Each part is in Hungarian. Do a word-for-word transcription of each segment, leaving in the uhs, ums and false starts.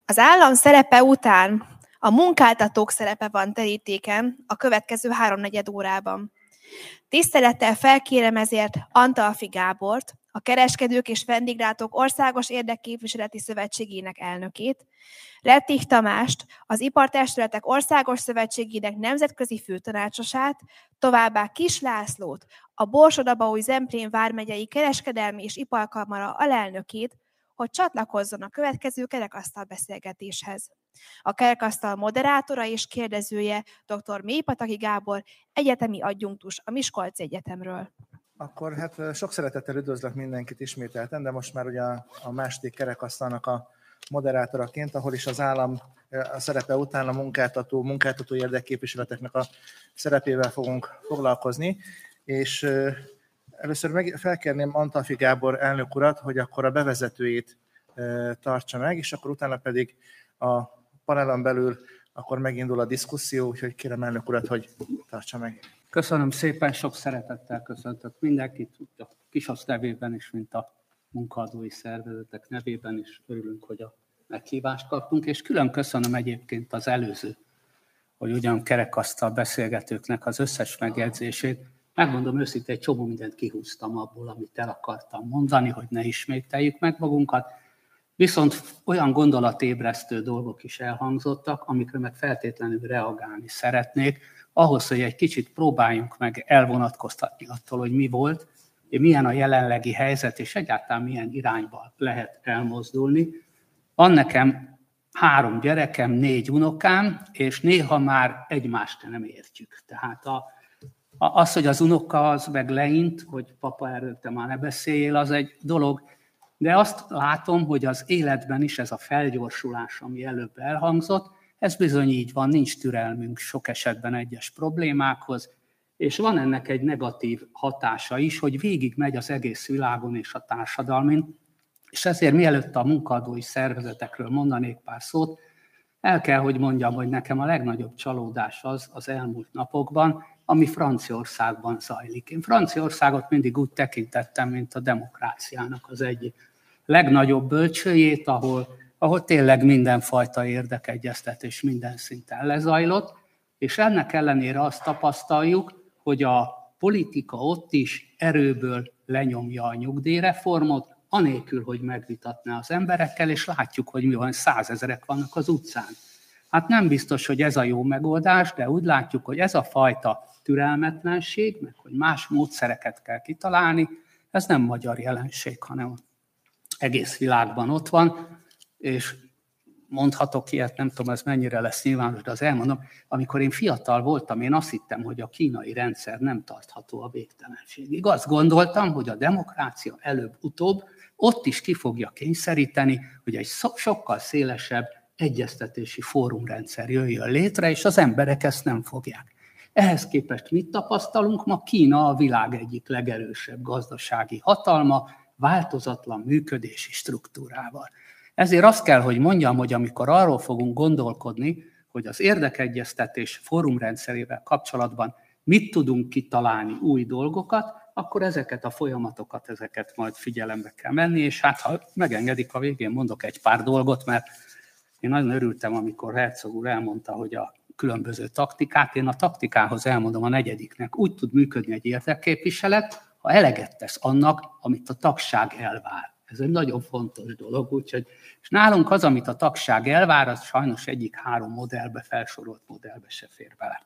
Az állam szerepe után a munkáltatók szerepe van terítéken a következő háromnegyed órában. Tisztelettel felkérem ezért Antalfi Gábort, a Kereskedők és Vendéglátók Országos Érdekképviseleti Szövetségének elnökét, Rettich Tamást, az Ipartestületek Országos Szövetségének nemzetközi főtanácsosát, továbbá Kis Lászlót, a Borsod-Abaúj-Zemplén vármegyei Kereskedelmi és Iparkamara alelnökét, hogy csatlakozzon a következő kerekasztal beszélgetéshez. A kerekasztal moderátora és kérdezője dr. Mélypataki Gábor, egyetemi adjunktus a Miskolci Egyetemről. Akkor hát sok szeretettel üdvözlök mindenkit ismételten, de most már ugye a második kerekasztalnak a moderátoraként, ahol is az állam a szerepe után a munkáltató, munkáltató érdekképviseleteknek a szerepével fogunk foglalkozni, és először meg felkérném Antalfi Gábor elnök urat, hogy akkor a bevezetőjét tartsa meg, és akkor utána pedig a panelon belül akkor megindul a diszkuszió, úgyhogy kérem elnök urat, hogy tartsa meg. Köszönöm szépen, sok szeretettel köszöntök mindenkit, a KISASZ nevében is, mint a munkaadói szervezetek nevében is örülünk, hogy a meghívást kaptunk, és külön köszönöm egyébként az előző, hogy ugyan kerekasztal beszélgetőknek az összes megjegyzését. Megmondom őszintén, egy csomó mindent kihúztam abból, amit el akartam mondani, hogy ne ismételjük meg magunkat. Viszont olyan gondolatébresztő dolgok is elhangzottak, amikre meg feltétlenül reagálni szeretnék, ahhoz, hogy egy kicsit próbáljunk meg elvonatkoztatni attól, hogy mi volt, milyen a jelenlegi helyzet, és egyáltalán milyen irányba lehet elmozdulni. Van nekem három gyerekem, négy unokám, és néha már egymást nem értjük. Tehát a, a, az, hogy az unoka az meg leint, hogy papa, erről te már ne beszéljél, az egy dolog, de azt látom, hogy az életben is ez a felgyorsulás, ami előbb elhangzott, ez bizony így van, nincs türelmünk sok esetben egyes problémákhoz, és van ennek egy negatív hatása is, hogy végig megy az egész világon és a társadalmin, és ezért mielőtt a munkaadói szervezetekről mondanék pár szót, el kell, hogy mondjam, hogy nekem a legnagyobb csalódás az az elmúlt napokban, ami Franciaországban zajlik. Én Franciaországot mindig úgy tekintettem, mint a demokráciának az egyik legnagyobb bölcsőjét, ahol, ahol tényleg mindenfajta érdekegyeztetés minden szinten lezajlott, és ennek ellenére azt tapasztaljuk, hogy a politika ott is erőből lenyomja a nyugdíjreformot, anélkül, hogy megvitatná az emberekkel, és látjuk, hogy mi van, százezerek vannak az utcán. Hát nem biztos, hogy ez a jó megoldás, de úgy látjuk, hogy ez a fajta türelmetlenség, meg hogy más módszereket kell kitalálni, ez nem magyar jelenség, hanem egész világban ott van, és mondhatok ilyet, nem tudom, ez mennyire lesz nyilvános, de az elmondom, amikor én fiatal voltam, én azt hittem, hogy a kínai rendszer nem tartható a végtelenségig. Azt gondoltam, hogy a demokrácia előbb-utóbb ott is ki fogja kényszeríteni, hogy egy sokkal szélesebb egyeztetési fórumrendszer jöjjön létre, és az emberek ezt nem fogják. Ehhez képest mit tapasztalunk? Ma Kína a világ egyik legerősebb gazdasági hatalma, változatlan működési struktúrával. Ezért azt kell, hogy mondjam, hogy amikor arról fogunk gondolkodni, hogy az érdekegyeztetés fórumrendszerével kapcsolatban mit tudunk kitalálni új dolgokat, akkor ezeket a folyamatokat, ezeket majd figyelembe kell menni, és hát ha megengedik, a végén mondok egy pár dolgot, mert én nagyon örültem, amikor Herzog úr elmondta, hogy a különböző taktikát, én a taktikához elmondom a negyediknek, úgy tud működni egy érdekképviselet, ha eleget tesz annak, amit a tagság elvár. Ez egy nagyon fontos dolog, úgyhogy, és nálunk az, amit a tagság elvár, az sajnos egyik három modellbe, felsorolt modellbe se fér bele.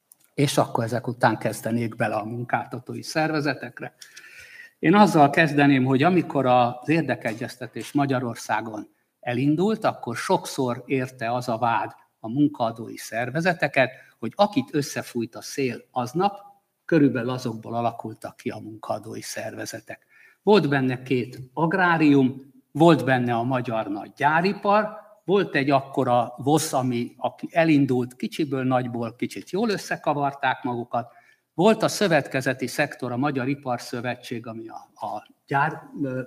És akkor ezek után kezdenék bele a munkáltatói szervezetekre. Én azzal kezdeném, hogy amikor az érdekegyeztetés Magyarországon elindult, akkor sokszor érte az a vád a munkaadói szervezeteket, hogy akit összefújt a szél aznap, körülbelül azokból alakultak ki a munkaadói szervezetek. Volt benne két agrárium, volt benne a magyar nagy gyáripar, volt egy akkora VOSZ, ami aki elindult kicsiből, nagyból kicsit jól összekavarták magukat, volt a szövetkezeti szektor, a Magyar Iparszövetség, ami a, a gyár,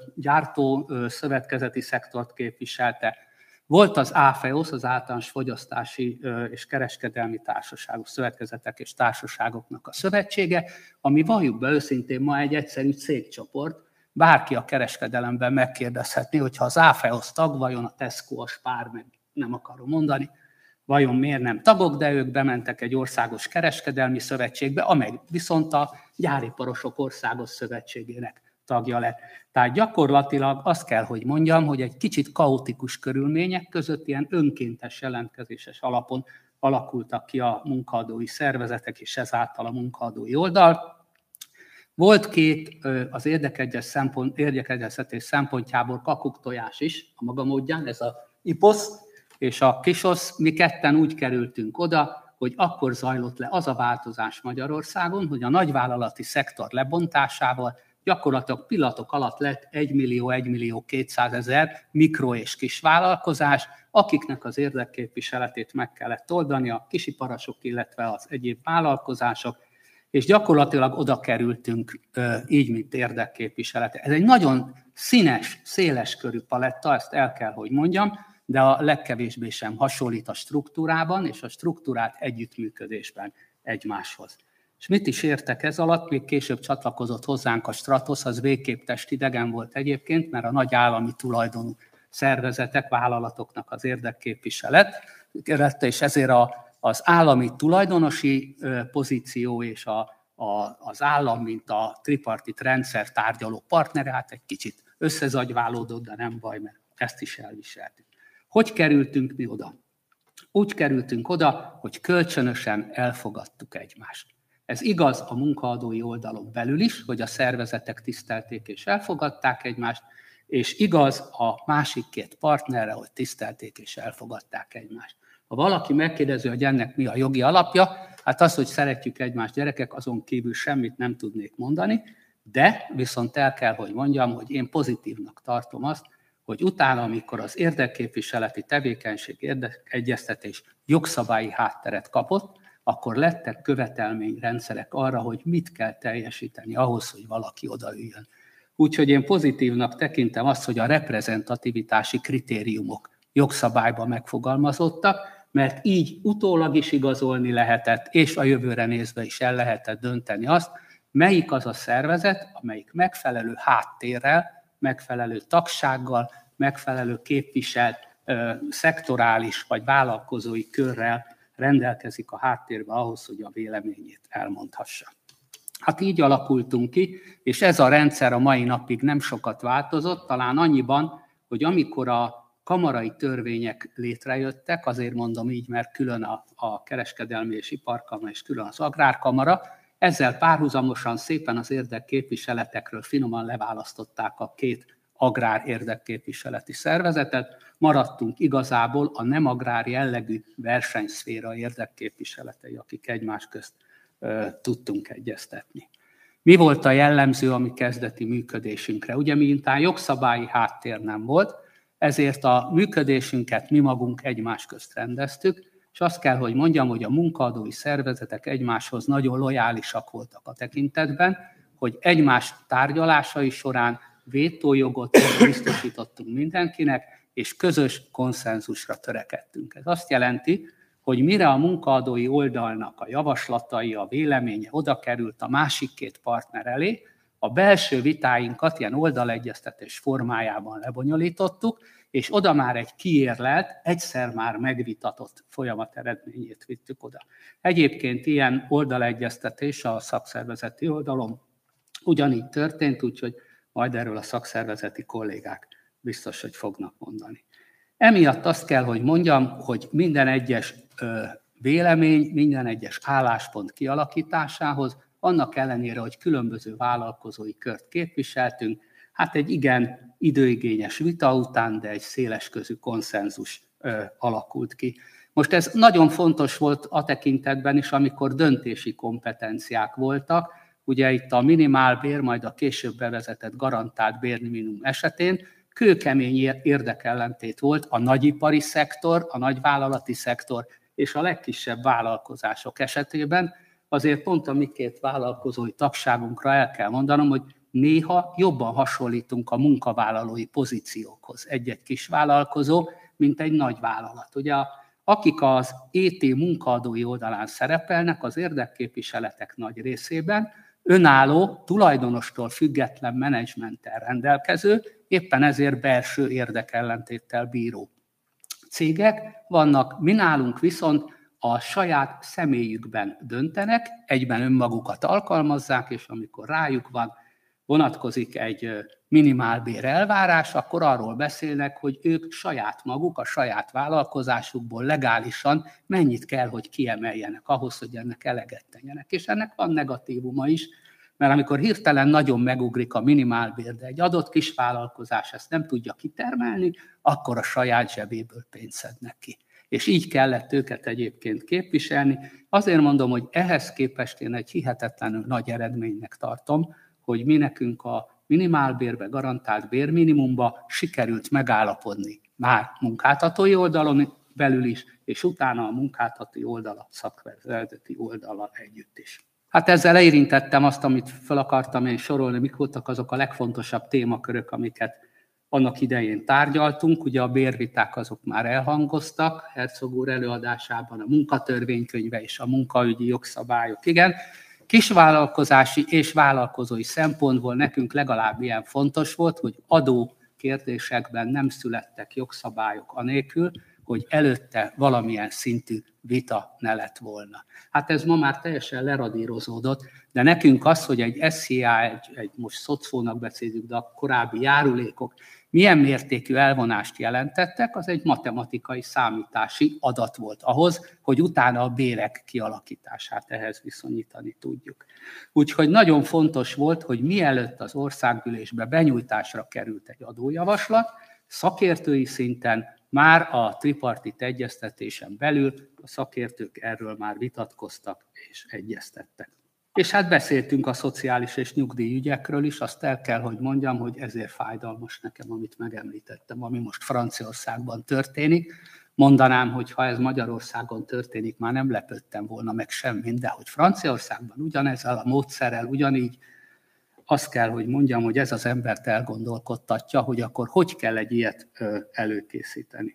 gyártó szövetkezeti szektort képviselte, volt az áfeosz, az Általános Fogyasztási és Kereskedelmi Társaságok, Szövetkezetek és Társaságoknak a szövetsége, ami valljuk be őszintén ma egy egyszerű cégcsoport, bárki a kereskedelemben megkérdezhetné, hogyha az áfeosz tag, vajon a Tesco, a Spár, meg nem akarom mondani, vajon miért nem tagok, de ők bementek egy országos kereskedelmi szövetségbe, amely viszont a Gyáriparosok Országos Szövetségének tagja lett. Tehát gyakorlatilag azt kell, hogy mondjam, hogy egy kicsit kaotikus körülmények között ilyen önkéntes jelentkezéses alapon alakultak ki a munkaadói szervezetek, és ezáltal a munkaadói oldal. Volt két az érdekegyeztetés szempontjából kakuktojás is a maga módján, ez a IPOSZ és a KISOSZ. Mi ketten úgy kerültünk oda, hogy akkor zajlott le az a változás Magyarországon, hogy a nagyvállalati szektor lebontásával gyakorlatilag pillanatok alatt lett egy millió, egy millió kétszázezer mikro- és kisvállalkozás, akiknek az érdekképviseletét meg kellett oldani, a kisiparosok, illetve az egyéb vállalkozások, és gyakorlatilag oda kerültünk így, mint érdekképviselet. Ez egy nagyon színes, széles körű paletta, ezt el kell, hogy mondjam, de a legkevésbé sem hasonlít a struktúrában és a struktúrát együttműködésben egymáshoz. És mit is értek ez alatt? Még később csatlakozott hozzánk a Stratosz, az végképp testidegen volt egyébként, mert a nagy állami tulajdonú szervezetek, vállalatoknak az érdekképviselet, és ezért a, az állami tulajdonosi pozíció és a, a, az állam, mint a tripartit rendszer tárgyaló partnere, hát egy kicsit összezagyválódott, de nem baj, mert ezt is elviseltük. Hogy kerültünk mi oda? Úgy kerültünk oda, hogy kölcsönösen elfogadtuk egymást. Ez igaz a munkaadói oldalon belül is, hogy a szervezetek tisztelték és elfogadták egymást, és igaz a másik két partnerre, hogy tisztelték és elfogadták egymást. Ha valaki megkérdezi, hogy ennek mi a jogi alapja, hát az, hogy szeretjük egymást gyerekek, azon kívül semmit nem tudnék mondani, de viszont el kell, hogy mondjam, hogy én pozitívnak tartom azt, hogy utána, amikor az érdekképviseleti tevékenység érdekegyeztetés jogszabályi hátteret kapott, akkor lettek követelményrendszerek arra, hogy mit kell teljesíteni ahhoz, hogy valaki odaüljön. Úgyhogy én pozitívnak tekintem azt, hogy a reprezentativitási kritériumok jogszabályban megfogalmazottak, mert így utólag is igazolni lehetett, és a jövőre nézve is el lehetett dönteni azt, melyik az a szervezet, amelyik megfelelő háttérrel, megfelelő tagsággal, megfelelő képviselt ö, szektorális vagy vállalkozói körrel rendelkezik a háttérbe ahhoz, hogy a véleményét elmondhassa. Hát így alakultunk ki, és ez a rendszer a mai napig nem sokat változott, talán annyiban, hogy amikor a kamarai törvények létrejöttek, azért mondom így, mert külön a, a kereskedelmi és iparkamara és külön az agrárkamara, ezzel párhuzamosan szépen az érdekképviseletekről finoman leválasztották a két agrár érdekképviseleti szervezetet, maradtunk igazából a nem agrár jellegű versenyszféra érdekképviseletei, akik egymás közt ö, tudtunk egyeztetni. Mi volt a jellemző a mi kezdeti működésünkre? Ugye miután jogszabályi háttér nem volt, ezért a működésünket mi magunk egymás közt rendeztük, és azt kell, hogy mondjam, hogy a munkaadói szervezetek egymáshoz nagyon lojálisak voltak a tekintetben, hogy egymás tárgyalásai során vétójogot biztosítottunk mindenkinek, és közös konszenzusra törekedtünk. Ez azt jelenti, hogy mire a munkaadói oldalnak a javaslatai, a véleménye oda került a másik két partner elé, a belső vitáinkat ilyen oldalegyeztetés formájában lebonyolítottuk, és oda már egy kiérlelt, egyszer már megvitatott folyamat eredményét vittük oda. Egyébként ilyen oldalegyeztetés a szakszervezeti oldalon ugyanígy történt, úgyhogy majd erről a szakszervezeti kollégák biztos, hogy fognak mondani. Emiatt azt kell, hogy mondjam, hogy minden egyes vélemény, minden egyes álláspont kialakításához, annak ellenére, hogy különböző vállalkozói kört képviseltünk, hát egy igen időigényes vita után, de egy szélesközű konszenzus ö, alakult ki. Most ez nagyon fontos volt a tekintetben is, amikor döntési kompetenciák voltak. Ugye itt a minimálbér, majd a később bevezetett garantált bérminimum esetén kőkemény érdekellentét volt a nagyipari szektor, a nagyvállalati szektor és a legkisebb vállalkozások esetében. Azért pont a mi két vállalkozói tagságunkra el kell mondanom, hogy néha jobban hasonlítunk a munkavállalói pozíciókhoz egy-egy kis vállalkozó, mint egy nagy vállalat. Ugye, akik az é té munkaadói oldalán szerepelnek, az érdekképviseletek nagy részében önálló, tulajdonostól független menedzsmenttel rendelkező, éppen ezért belső érdekellentéttel bíró cégek vannak, mi nálunk viszont a saját személyükben döntenek, egyben önmagukat alkalmazzák, és amikor rájuk van, vonatkozik egy minimálbér elvárás, akkor arról beszélnek, hogy ők saját maguk, a saját vállalkozásukból legálisan mennyit kell, hogy kiemeljenek ahhoz, hogy ennek eleget tegyenek. És ennek van negatívuma is, mert amikor hirtelen nagyon megugrik a minimálbér, de egy adott kis vállalkozás ezt nem tudja kitermelni, akkor a saját zsebéből pénzt szednek ki. És így kellett őket egyébként képviselni. Azért mondom, hogy ehhez képest én egy hihetetlenül nagy eredménynek tartom, hogy mi nekünk a minimálbérbe, garantált bérminimumba sikerült megállapodni már munkáltatói oldalon belül is, és utána a munkáltatói oldala, szakszervezeti oldala együtt is. Hát ezzel érintettem azt, amit fel akartam én sorolni, mik voltak azok a legfontosabb témakörök, amiket annak idején tárgyaltunk. Ugye a bérviták azok már elhangoztak, Herzog úr előadásában a munkatörvénykönyve és a munkaügyi jogszabályok, igen. Kisvállalkozási és vállalkozói szempontból nekünk legalább ilyen fontos volt, hogy adó kérdésekben nem születtek jogszabályok anélkül, hogy előtte valamilyen szintű vita ne lett volna. Hát ez ma már teljesen leradírozódott, de nekünk az, hogy egy es zé á, egy, egy most szocfónak beszéljük, de a korábbi járulékok milyen mértékű elvonást jelentettek, az egy matematikai számítási adat volt ahhoz, hogy utána a bérek kialakítását ehhez viszonyítani tudjuk. Úgyhogy nagyon fontos volt, hogy mielőtt az országgyűlésbe benyújtásra került egy adójavaslat, szakértői szinten már a tripartit egyeztetésen belül a szakértők erről már vitatkoztak és egyeztettek. És hát beszéltünk a szociális és nyugdíjügyekről is, azt el kell, hogy mondjam, hogy ezért fájdalmas nekem, amit megemlítettem, ami most Franciaországban történik. Mondanám, hogy ha ez Magyarországon történik, már nem lepődtem volna meg semmin, de hogy Franciaországban ugyanezzel a módszerrel, ugyanígy, azt kell, hogy mondjam, hogy ez az embert elgondolkodtatja, hogy akkor hogy kell egy ilyet előkészíteni.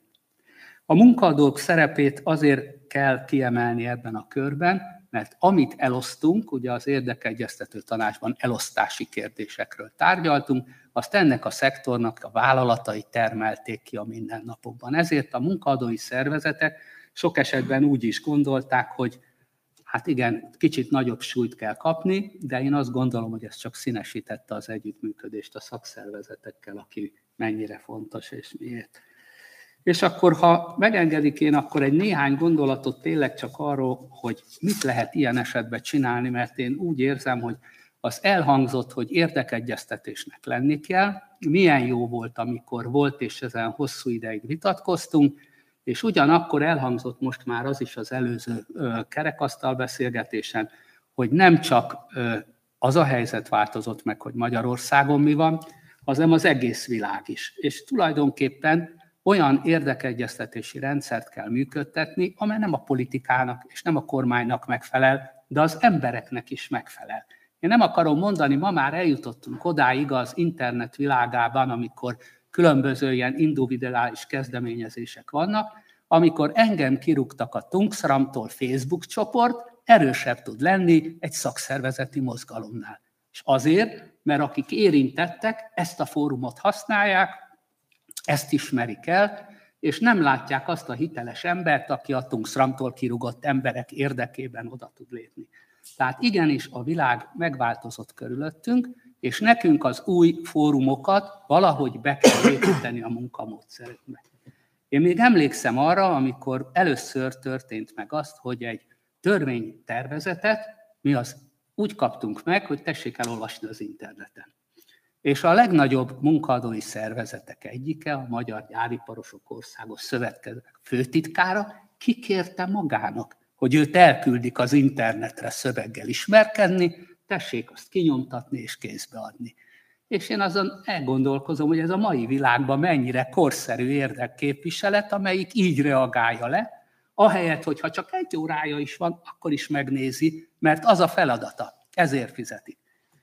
A munkaadók szerepét azért kell kiemelni ebben a körben, mert amit elosztunk, ugye az érdekegyeztető tanácsban elosztási kérdésekről tárgyaltunk, azt ennek a szektornak a vállalatai termelték ki a mindennapokban. Ezért a munkaadói szervezetek sok esetben úgy is gondolták, hogy hát igen, kicsit nagyobb súlyt kell kapni, de én azt gondolom, hogy ez csak színesítette az együttműködést a szakszervezetekkel, aki mennyire fontos és miért. És akkor, ha megengedik én, akkor egy néhány gondolatot tényleg csak arról, hogy mit lehet ilyen esetben csinálni, mert én úgy érzem, hogy az elhangzott, hogy érdekegyeztetésnek lenni kell, milyen jó volt, amikor volt, és ezen hosszú ideig vitatkoztunk, és ugyanakkor elhangzott most már az is az előző kerekasztal beszélgetésen, hogy nem csak az a helyzet változott meg, hogy Magyarországon mi van, hanem az egész világ is. És tulajdonképpen olyan érdekegyeztetési rendszert kell működtetni, amely nem a politikának és nem a kormánynak megfelel, de az embereknek is megfelel. Én nem akarom mondani, ma már eljutottunk odáig az internet világában, amikor különböző ilyen individuális kezdeményezések vannak, amikor engem kirúgtak a Tungsramtól Facebook csoport, erősebb tud lenni egy szakszervezeti mozgalomnál. És azért, mert akik érintettek, ezt a fórumot használják, ezt ismerik el, és nem látják azt a hiteles embert, aki a Tungsramtól kirúgott emberek érdekében oda tud lépni. Tehát igenis a világ megváltozott körülöttünk, és nekünk az új fórumokat valahogy be kell építeni a munkamódszerünkbe. Én még emlékszem arra, amikor először történt meg azt, hogy egy törvénytervezetet mi az úgy kaptunk meg, hogy tessék elolvasni az interneten. És a legnagyobb munkaadói szervezetek egyike, a Magyar Gyáriparosok Országos Szövetkezet főtitkára kikérte magának, hogy őt elküldik az internetre szöveggel ismerkedni, tessék azt kinyomtatni és kézbe adni. És én azon elgondolkozom, hogy ez a mai világban mennyire korszerű érdekképviselet, amelyik így reagálja le, ahelyett, hogyha csak egy órája is van, akkor is megnézi, mert az a feladata, ezért fizetik.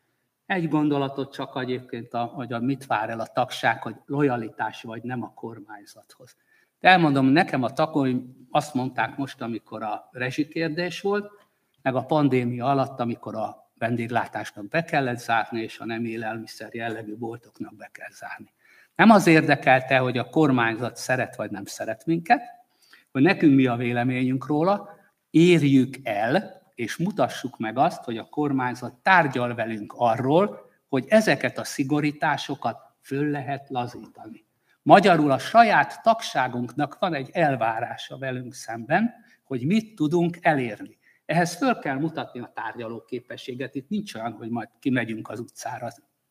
Egy gondolatot csak egyébként, a, hogy a mit vár el a tagság, hogy lojalitás vagy nem a kormányzathoz. De elmondom, nekem a tagjaim azt mondták most, amikor a rezsikérdés volt, meg a pandémia alatt, amikor a vendéglátásnak be kellett zárni, és a nem élelmiszer jellegű boltoknak be kell zárni. Nem az érdekelte, hogy a kormányzat szeret vagy nem szeret minket, hogy nekünk mi a véleményünk róla, érjük el, és mutassuk meg azt, hogy a kormányzat tárgyal velünk arról, hogy ezeket a szigorításokat föl lehet lazítani. Magyarul a saját tagságunknak van egy elvárása velünk szemben, hogy mit tudunk elérni. Ehhez föl kell mutatni a tárgyalóképességet. Itt nincs olyan, hogy majd kimegyünk az utcára.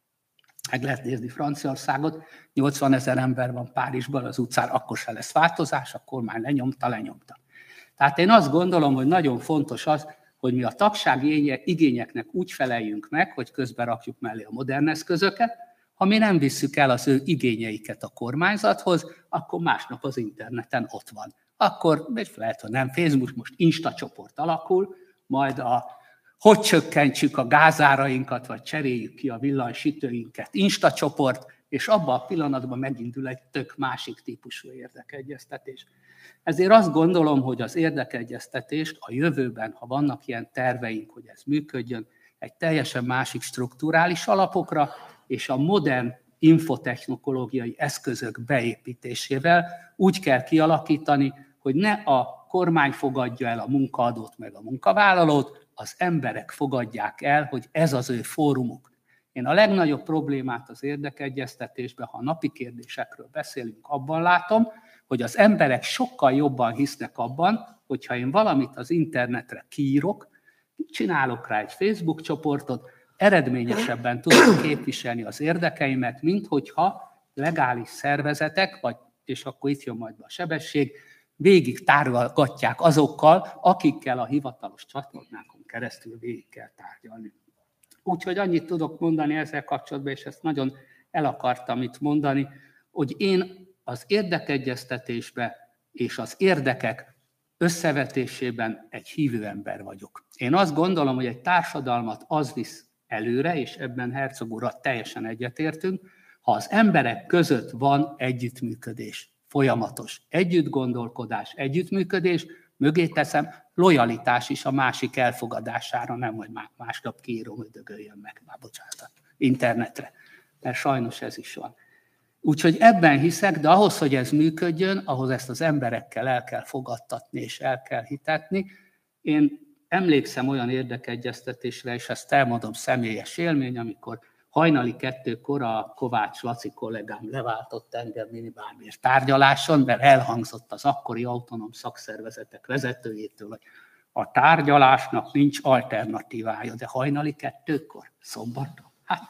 Meg lehet nézni Franciaországot, nyolcvanezer ember van Párizsban az utcán, akkor se lesz változás, a kormány lenyomta, lenyomta. Tehát én azt gondolom, hogy nagyon fontos az, hogy mi a tagsági igényeknek úgy feleljünk meg, hogy közben rakjuk mellé a modern eszközöket. Ha mi nem visszük el az ő igényeiket a kormányzathoz, akkor másnap az interneten ott van. Akkor lehet, hogy nem Facebook, most Insta csoport alakul, majd a, hogy csökkentsük a gázárainkat, vagy cseréljük ki a villanysütőinket, Insta csoport, és abban a pillanatban megindul egy tök másik típusú érdekegyeztetés. Ezért azt gondolom, hogy az érdekegyeztetést a jövőben, ha vannak ilyen terveink, hogy ez működjön, egy teljesen másik strukturális alapokra, és a modern infotechnológiai eszközök beépítésével úgy kell kialakítani, hogy ne a kormány fogadja el a munkaadót meg a munkavállalót, az emberek fogadják el, hogy ez az ő fórumuk. Én a legnagyobb problémát az érdekegyeztetésben, ha a napi kérdésekről beszélünk, abban látom, hogy az emberek sokkal jobban hisznek abban, hogyha én valamit az internetre kiírok, csinálok rá egy Facebook csoportot, eredményesebben tudom képviselni az érdekeimet, mint hogyha legális szervezetek, vagy, és akkor itt jön majd a sebesség, végig tárgyalgatják azokkal, akikkel a hivatalos csatornákon keresztül végig kell tárgyalni. Úgyhogy annyit tudok mondani ezzel kapcsolatban, és ezt nagyon el akartam itt mondani, hogy én az érdekegyeztetésbe és az érdekek összevetésében egy hívő ember vagyok. Én azt gondolom, hogy egy társadalmat az visz előre, és ebben Herzog úrral teljesen egyetértünk, ha az emberek között van együttműködés, folyamatos együttgondolkodás, együttműködés, mögé teszem, lojalitás is a másik elfogadására, nem, hogy másnap kiírom, hogy dögöljön meg, már bocsánat, internetre, mert sajnos ez is van. Úgyhogy ebben hiszek, de ahhoz, hogy ez működjön, ahhoz ezt az emberekkel el kell fogadtatni és el kell hitetni. Én emlékszem olyan érdekegyeztetésre, és ezt elmondom személyes élmény, amikor hajnali kettőkor a Kovács Laci kollégám leváltott engem minimálbér tárgyaláson, mert elhangzott az akkori autonóm szakszervezetek vezetőjétől, hogy a tárgyalásnak nincs alternatívája, de hajnali kettőkor, szombaton. Hát,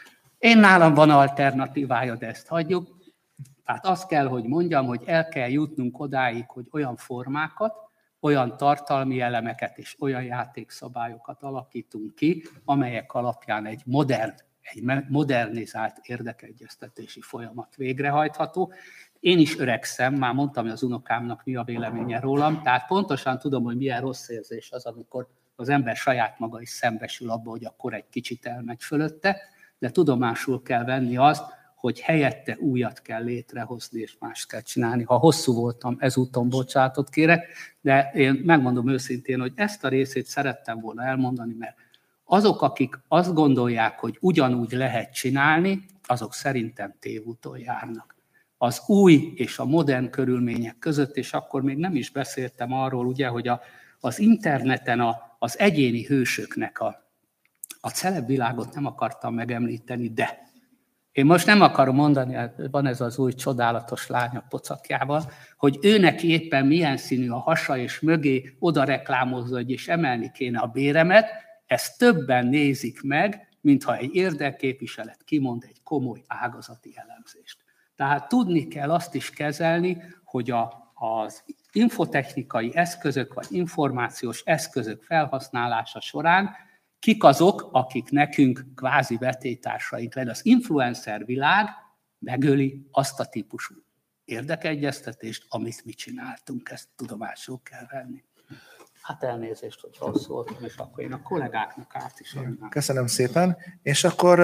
én nálam van alternatívája, de ezt hagyjuk. Tehát azt kell, hogy mondjam, hogy el kell jutnunk odáig, hogy olyan formákat, olyan tartalmi elemeket és olyan játékszabályokat alakítunk ki, amelyek alapján egy modern, egy modernizált érdekegyeztetési folyamat végrehajtható. Én is öregszem, már mondtam, hogy az unokámnak mi a véleménye rólam, tehát pontosan tudom, hogy milyen rossz érzés az, amikor az ember saját maga is szembesül abba, hogy akkor egy kicsit elmegy fölötte, de tudomásul kell venni azt, hogy helyette újat kell létrehozni, és mást kell csinálni. Ha hosszú voltam, ezúton bocsánatot kérek, de én megmondom őszintén, hogy ezt a részét szerettem volna elmondani, mert azok, akik azt gondolják, hogy ugyanúgy lehet csinálni, azok szerintem tévúton járnak. Az új és a modern körülmények között, és akkor még nem is beszéltem arról, ugye, hogy a, az interneten a, az egyéni hősöknek a, a celebvilágot nem akartam megemlíteni, de én most nem akarom mondani, van ez az új csodálatos lány a pocakjával, hogy őnek éppen milyen színű a hasa, és mögé oda reklámozza, hogy is emelni kéne a béremet, ezt többen nézik meg, mintha egy érdekképviselet kimond egy komoly ágazati elemzést. Tehát tudni kell azt is kezelni, hogy a, az infotechnikai eszközök, vagy információs eszközök felhasználása során kik azok, akik nekünk kvázi vetélytársaink lenni. Az influencer világ megöli azt a típusú érdekegyeztetést, amit mi csináltunk, ezt tudomásul kell venni. Hát elnézést, hogy rossz voltam, és akkor én a kollégáknak át is adnám. Köszönöm szépen. És akkor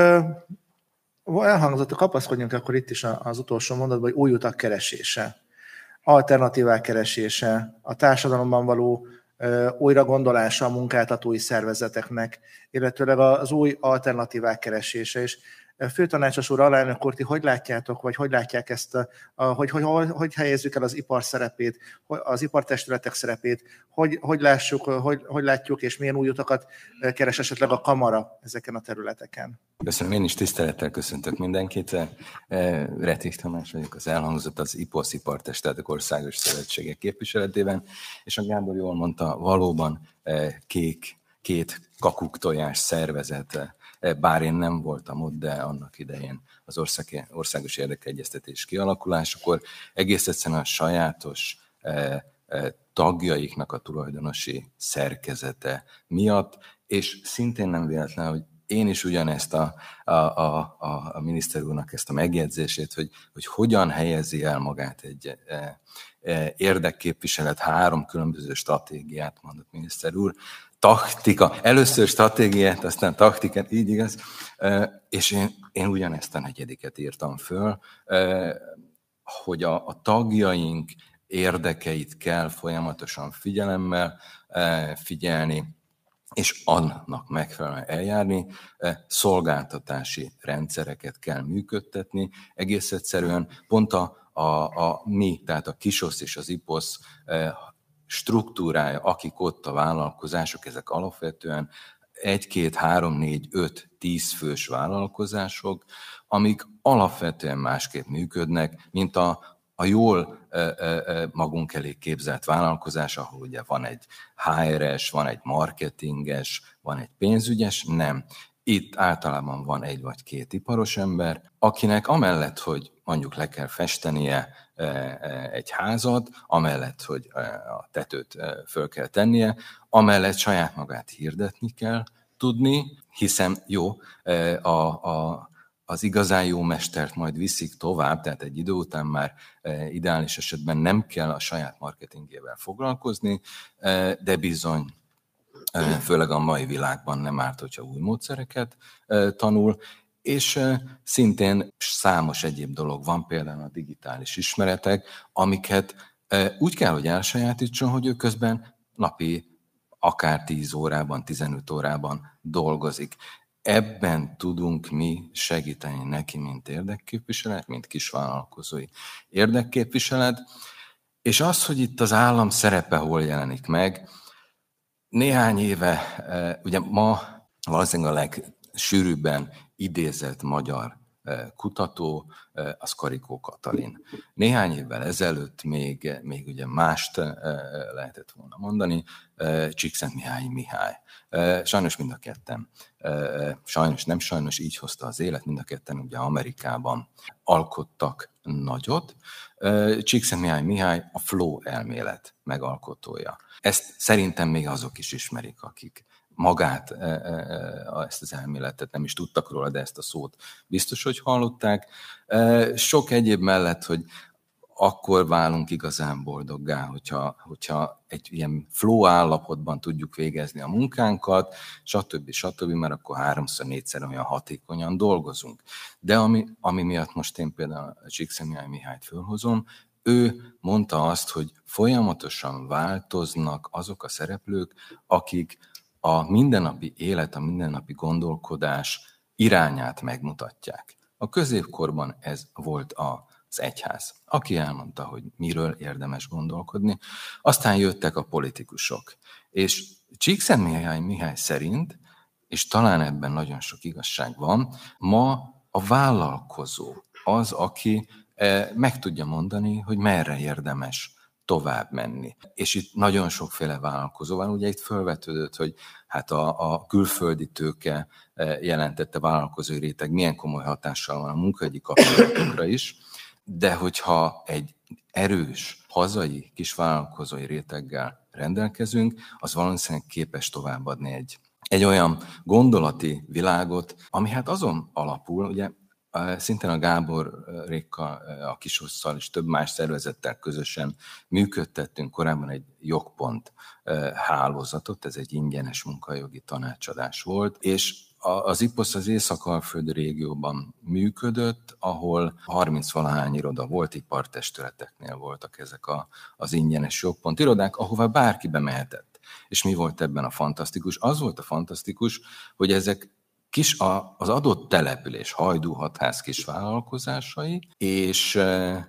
elhangzott, kapaszkodjunk akkor itt is az utolsó mondatban, hogy új utak keresése, alternatívák keresése, a társadalomban való újra gondolása a munkáltatói szervezeteknek, illetőleg az új alternatívák keresése is. Főtanácsos úr, alelnök úr, ti hogy látjátok, vagy hogy látják ezt, a, hogy, hogy, hogy, hogy helyezzük el az ipar szerepét, az ipartestületek szerepét, hogy, hogy lássuk, hogy, hogy látjuk, és milyen új utakat keres esetleg a kamara ezeken a területeken? Köszönöm, én is tisztelettel köszöntök mindenkit. Rettig Tamás vagyok, az elhangzott az i pé o es Ipartestületek Országos Szövetségek képviseletében, és a Gábor jól mondta, valóban kék, két kakuktojás szervezet, bár én nem voltam ott, de annak idején az ország, országos érdekegyeztetés kialakulásakor egész egyszerűen a sajátos eh, eh, tagjaiknak a tulajdonosi szerkezete miatt, és szintén nem véletlen, hogy én is ugyanezt a, a, a, a, a miniszter úrnak ezt a megjegyzését, hogy, hogy hogyan helyezi el magát egy eh, eh, érdekképviselet, három különböző stratégiát mondott miniszter úr, taktika, először stratégiát, aztán taktikát, így igaz, és én, én ugyanezt a negyediket írtam föl, hogy a, a tagjaink érdekeit kell folyamatosan figyelemmel figyelni, és annak megfelelően eljárni, szolgáltatási rendszereket kell működtetni, egész egyszerűen pont a, a, a mi, tehát a KISOSZ és az i pé o es struktúrája, akik ott a vállalkozások, ezek alapvetően egy, két, három, négy, öt, tíz fős vállalkozások, amik alapvetően másképp működnek, mint a, a jól e, e, magunk elé képzelt vállalkozás, ahol ugye van egy há er es, van egy marketinges, van egy pénzügyes, nem. Itt általában van egy vagy két iparos ember, akinek amellett, hogy mondjuk le kell festenie egy házat, amellett, hogy a tetőt föl kell tennie, amellett saját magát hirdetni kell tudni, hiszen jó, a, a, az igazán jó mestert majd viszik tovább, tehát egy idő után már ideális esetben nem kell a saját marketingével foglalkozni, de bizony, főleg a mai világban nem árt, hogyha új módszereket tanul, és szintén számos egyéb dolog van, például a digitális ismeretek, amiket úgy kell, hogy elsajátítson, hogy ő közben napi akár tíz órában, tizenöt órában dolgozik. Ebben tudunk mi segíteni neki, mint érdekképviselet, mint kisvállalkozói érdekképviselet, és az, hogy itt az állam szerepe hol jelenik meg, néhány éve, ugye ma valószínűleg a legsűrűbben idézett magyar kutató, az Karikó Katalin. Néhány évvel ezelőtt még, még ugye mást lehetett volna mondani, Csíkszentmihályi Mihály. Sajnos mind a ketten, sajnos nem sajnos, így hozta az élet, mind a ketten ugye Amerikában alkottak nagyot. Csíkszentmihályi Mihály a flow elmélet megalkotója. Ezt szerintem még azok is ismerik, akik magát, ezt az elméletet nem is tudtak róla, de ezt a szót biztos, hogy hallották. Sok egyéb mellett, hogy akkor válunk igazán boldoggá, hogyha, hogyha egy ilyen flow állapotban tudjuk végezni a munkánkat, stb. stb., mert akkor háromszor, négyszer olyan hatékonyan dolgozunk. De ami, ami miatt most én például Csíkszentmihályi Mihályt fölhozom, ő mondta azt, hogy folyamatosan változnak azok a szereplők, akik a mindennapi élet, a mindennapi gondolkodás irányát megmutatják. A középkorban ez volt az egyház, aki elmondta, hogy miről érdemes gondolkodni. Aztán jöttek a politikusok. És Csíkszentmihályi Mihály szerint, és talán ebben nagyon sok igazság van, ma a vállalkozó az, aki meg tudja mondani, hogy merre érdemes tovább menni. És itt nagyon sokféle vállalkozó van, ugye itt felvetődött, hogy hát a, a külföldi tőke jelentette vállalkozói réteg milyen komoly hatással van a munkahogyi kapcsolatokra is, de hogyha egy erős, hazai kisvállalkozói réteggel rendelkezünk, az valószínűleg képes továbbadni egy, egy olyan gondolati világot, ami hát azon alapul, ugye szintén a Gáborékkal, a KISOSZ-szal és több más szervezettel közösen működtettünk korábban egy jogpont hálózatot, ez egy ingyenes munkajogi tanácsadás volt, és az i pé o es az Észak-Alföldi régióban működött, ahol harminc-valahány iroda volt, ipartestületeknél voltak ezek a, az ingyenes jogpont irodák, ahová bárki bemehetett. És mi volt ebben a fantasztikus? Az volt a fantasztikus, hogy ezek kis, a, az adott település Hajdú-Hatház kisvállalkozásai, és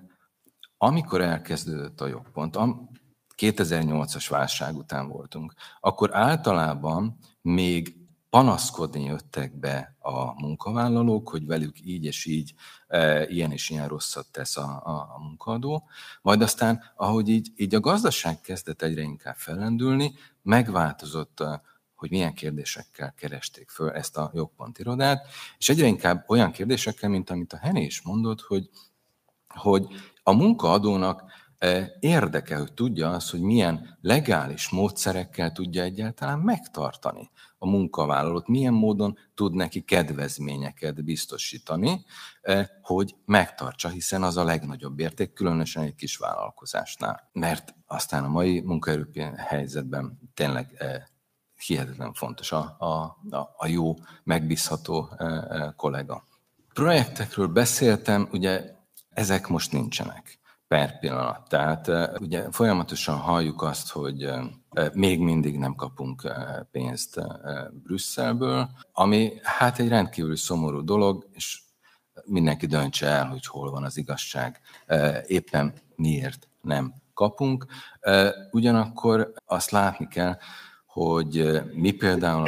amikor elkezdődött a jogpont, a kétezer-nyolcas válság után voltunk, akkor általában még panaszkodni jöttek be a munkavállalók, hogy velük így és így, e, ilyen és ilyen rosszat tesz a, a, a munkaadó. Majd aztán, ahogy így, így a gazdaság kezdett egyre inkább fellendülni, megváltozott, hogy milyen kérdésekkel keresték föl ezt a jogpontirodát, és egyre inkább olyan kérdésekkel, mint amit a Henné is mondott, hogy, hogy a munkaadónak érdeke, hogy tudja azt, hogy milyen legális módszerekkel tudja egyáltalán megtartani a munkavállalót, milyen módon tud neki kedvezményeket biztosítani, hogy megtartsa, hiszen az a legnagyobb érték, különösen egy kis vállalkozásnál. Mert aztán a mai munkaerőpiaci helyzetben tényleg hihetetlen fontos a, a, a jó, megbízható kollega. Projektekről beszéltem, ugye ezek most nincsenek per pillanat. Tehát ugye folyamatosan halljuk azt, hogy még mindig nem kapunk pénzt Brüsszelből, ami hát egy rendkívül szomorú dolog, és mindenki döntse el, hogy hol van az igazság, éppen miért nem kapunk. Ugyanakkor azt látni kell, hogy mi például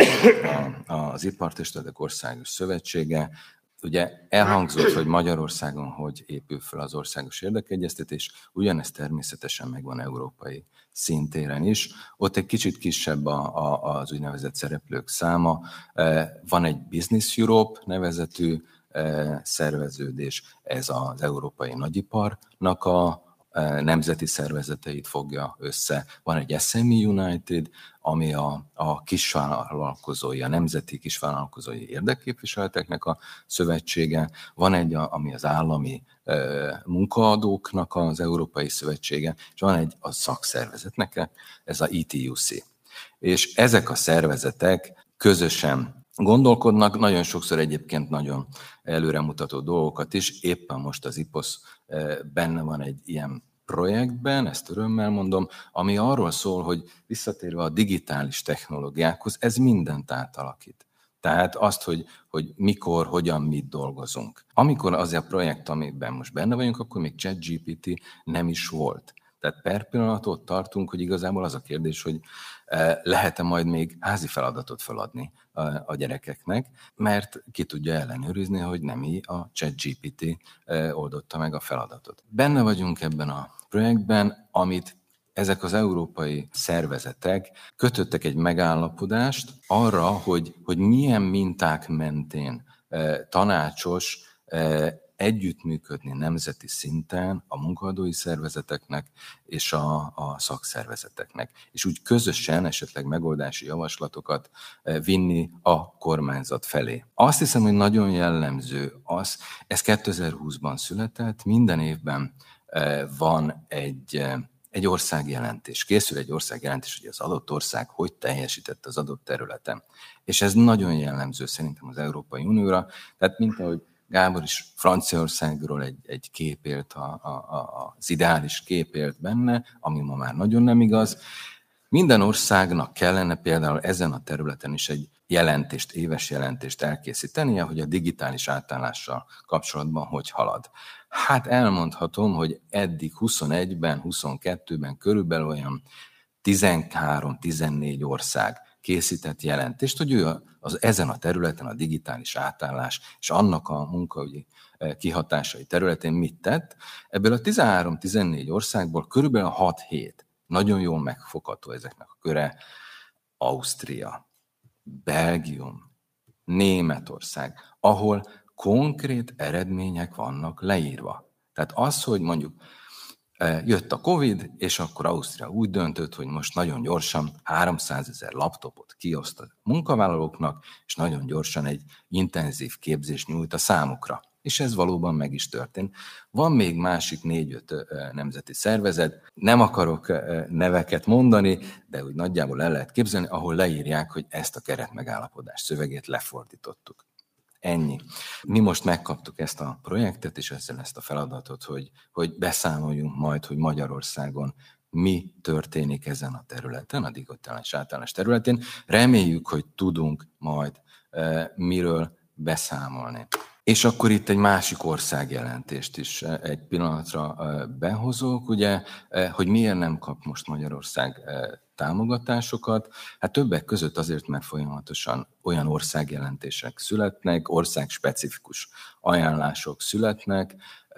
az Ipartestületek Országos Szövetsége, ugye elhangzott, hogy Magyarországon hogy épül fel az országos érdekegyeztetés, ugyanezt természetesen megvan európai szintéren is. Ott egy kicsit kisebb a, a, az úgynevezett szereplők száma. Van egy Business Europe nevezetű szerveződés, ez az európai nagyiparnak a nemzeti szervezeteit fogja össze. Van egy es em e United, ami a, a kisvállalkozói, a nemzeti kisvállalkozói érdekképviseleteknek a szövetsége. Van egy, ami az állami e, munkaadóknak az Európai Szövetsége, és van egy a szakszervezetnek, ez a i té u cé. És ezek a szervezetek közösen gondolkodnak, nagyon sokszor egyébként nagyon előremutató dolgokat is. Éppen most az i pé o sz benne van egy ilyen projektben, ezt örömmel mondom, ami arról szól, hogy visszatérve a digitális technológiákhoz, ez mindent átalakít. Tehát azt, hogy, hogy mikor, hogyan, mit dolgozunk. Amikor az a projekt, amiben most benne vagyunk, akkor még ChatGPT nem is volt. Tehát per pillanatot tartunk, hogy igazából az a kérdés, hogy lehet-e majd még házi feladatot feladni a gyerekeknek, mert ki tudja ellenőrizni, hogy nem így a ChatGPT oldotta meg a feladatot. Benne vagyunk ebben a projektben, amit ezek az európai szervezetek kötöttek egy megállapodást arra, hogy, hogy milyen minták mentén tanácsos együttműködni nemzeti szinten a munkaadói szervezeteknek és a, a szakszervezeteknek, és úgy közösen esetleg megoldási javaslatokat vinni a kormányzat felé. Azt hiszem, hogy nagyon jellemző az, ez kétezer-húszban született, minden évben van egy egy országjelentés. Készül egy országjelentés, hogy az adott ország hogy teljesített az adott területen. És ez nagyon jellemző szerintem az Európai Unióra. Tehát mint ahogy Gábor is Franciaországról egy, egy kép élt, a, a, az ideális kép élt benne, ami ma már nagyon nem igaz. Minden országnak kellene például ezen a területen is egy jelentést, éves jelentést elkészítenie, hogy a digitális átállással kapcsolatban hogy halad. Hát elmondhatom, hogy eddig huszonegyben, huszonkettőben körülbelül olyan tizenhárom-tizennégy ország készített jelentést, hogy ő az, ezen a területen a digitális átállás és annak a munkaügyi kihatásai területén mit tett. Ebből a tizenhárom-tizennégy országból körülbelül hat-hét nagyon jól megfogható ezeknek a köre. Ausztria, Belgium, Németország, ahol konkrét eredmények vannak leírva. Tehát az, hogy mondjuk jött a Covid, és akkor Ausztria úgy döntött, hogy most nagyon gyorsan háromszázezer laptopot kioszt a munkavállalóknak, és nagyon gyorsan egy intenzív képzést nyújt a számukra. És ez valóban meg is történt. Van még másik négy-öt nemzeti szervezet, nem akarok neveket mondani, de úgy nagyjából el lehet képzelni, ahol leírják, hogy ezt a keretmegállapodás szövegét lefordítottuk. Ennyi. Mi most megkaptuk ezt a projektet, és ezzel ezt a feladatot, hogy, hogy beszámoljunk majd, hogy Magyarországon mi történik ezen a területen, a digitális átállás területén. Reméljük, hogy tudunk majd miről beszámolni. És akkor itt egy másik országjelentést is egy pillanatra behozok, ugye, hogy miért nem kap most Magyarország támogatásokat. Hát többek között azért, mert folyamatosan olyan országjelentések születnek, országspecifikus ajánlások születnek,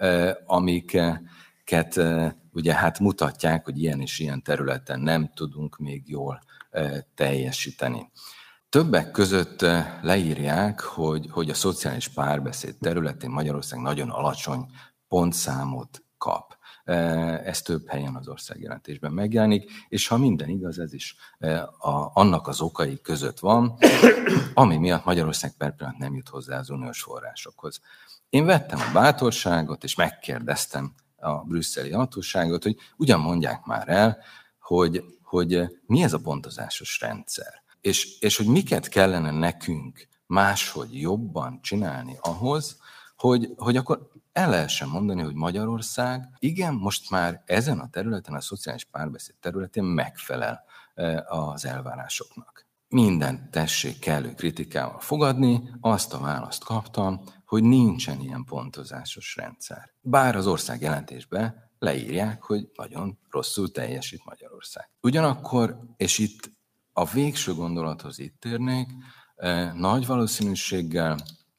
amiket ugye hát mutatják, hogy ilyen és ilyen területen nem tudunk még jól teljesíteni. Többek között leírják, hogy, hogy a szociális párbeszéd területén Magyarország nagyon alacsony pontszámot kap. Ez több helyen az országjelentésben megjelenik, és ha minden igaz, ez is a, annak az okai között van, ami miatt Magyarország per pillanat nem jut hozzá az uniós forrásokhoz. Én vettem a bátorságot, és megkérdeztem a brüsszeli hatóságot, hogy ugyan mondják már el, hogy, hogy mi ez a pontozásos rendszer. És, és hogy miket kellene nekünk máshogy jobban csinálni ahhoz, hogy, hogy akkor el lehessen mondani, hogy Magyarország igen, most már ezen a területen, a szociális párbeszéd területén megfelel az elvárásoknak. Mindent tessék kellő kritikával fogadni, azt a választ kaptam, hogy nincsen ilyen pontozásos rendszer. Bár az országjelentésben leírják, hogy nagyon rosszul teljesít Magyarország. Ugyanakkor, és itt a végső gondolathoz itt térnék, nagy valószínűséggel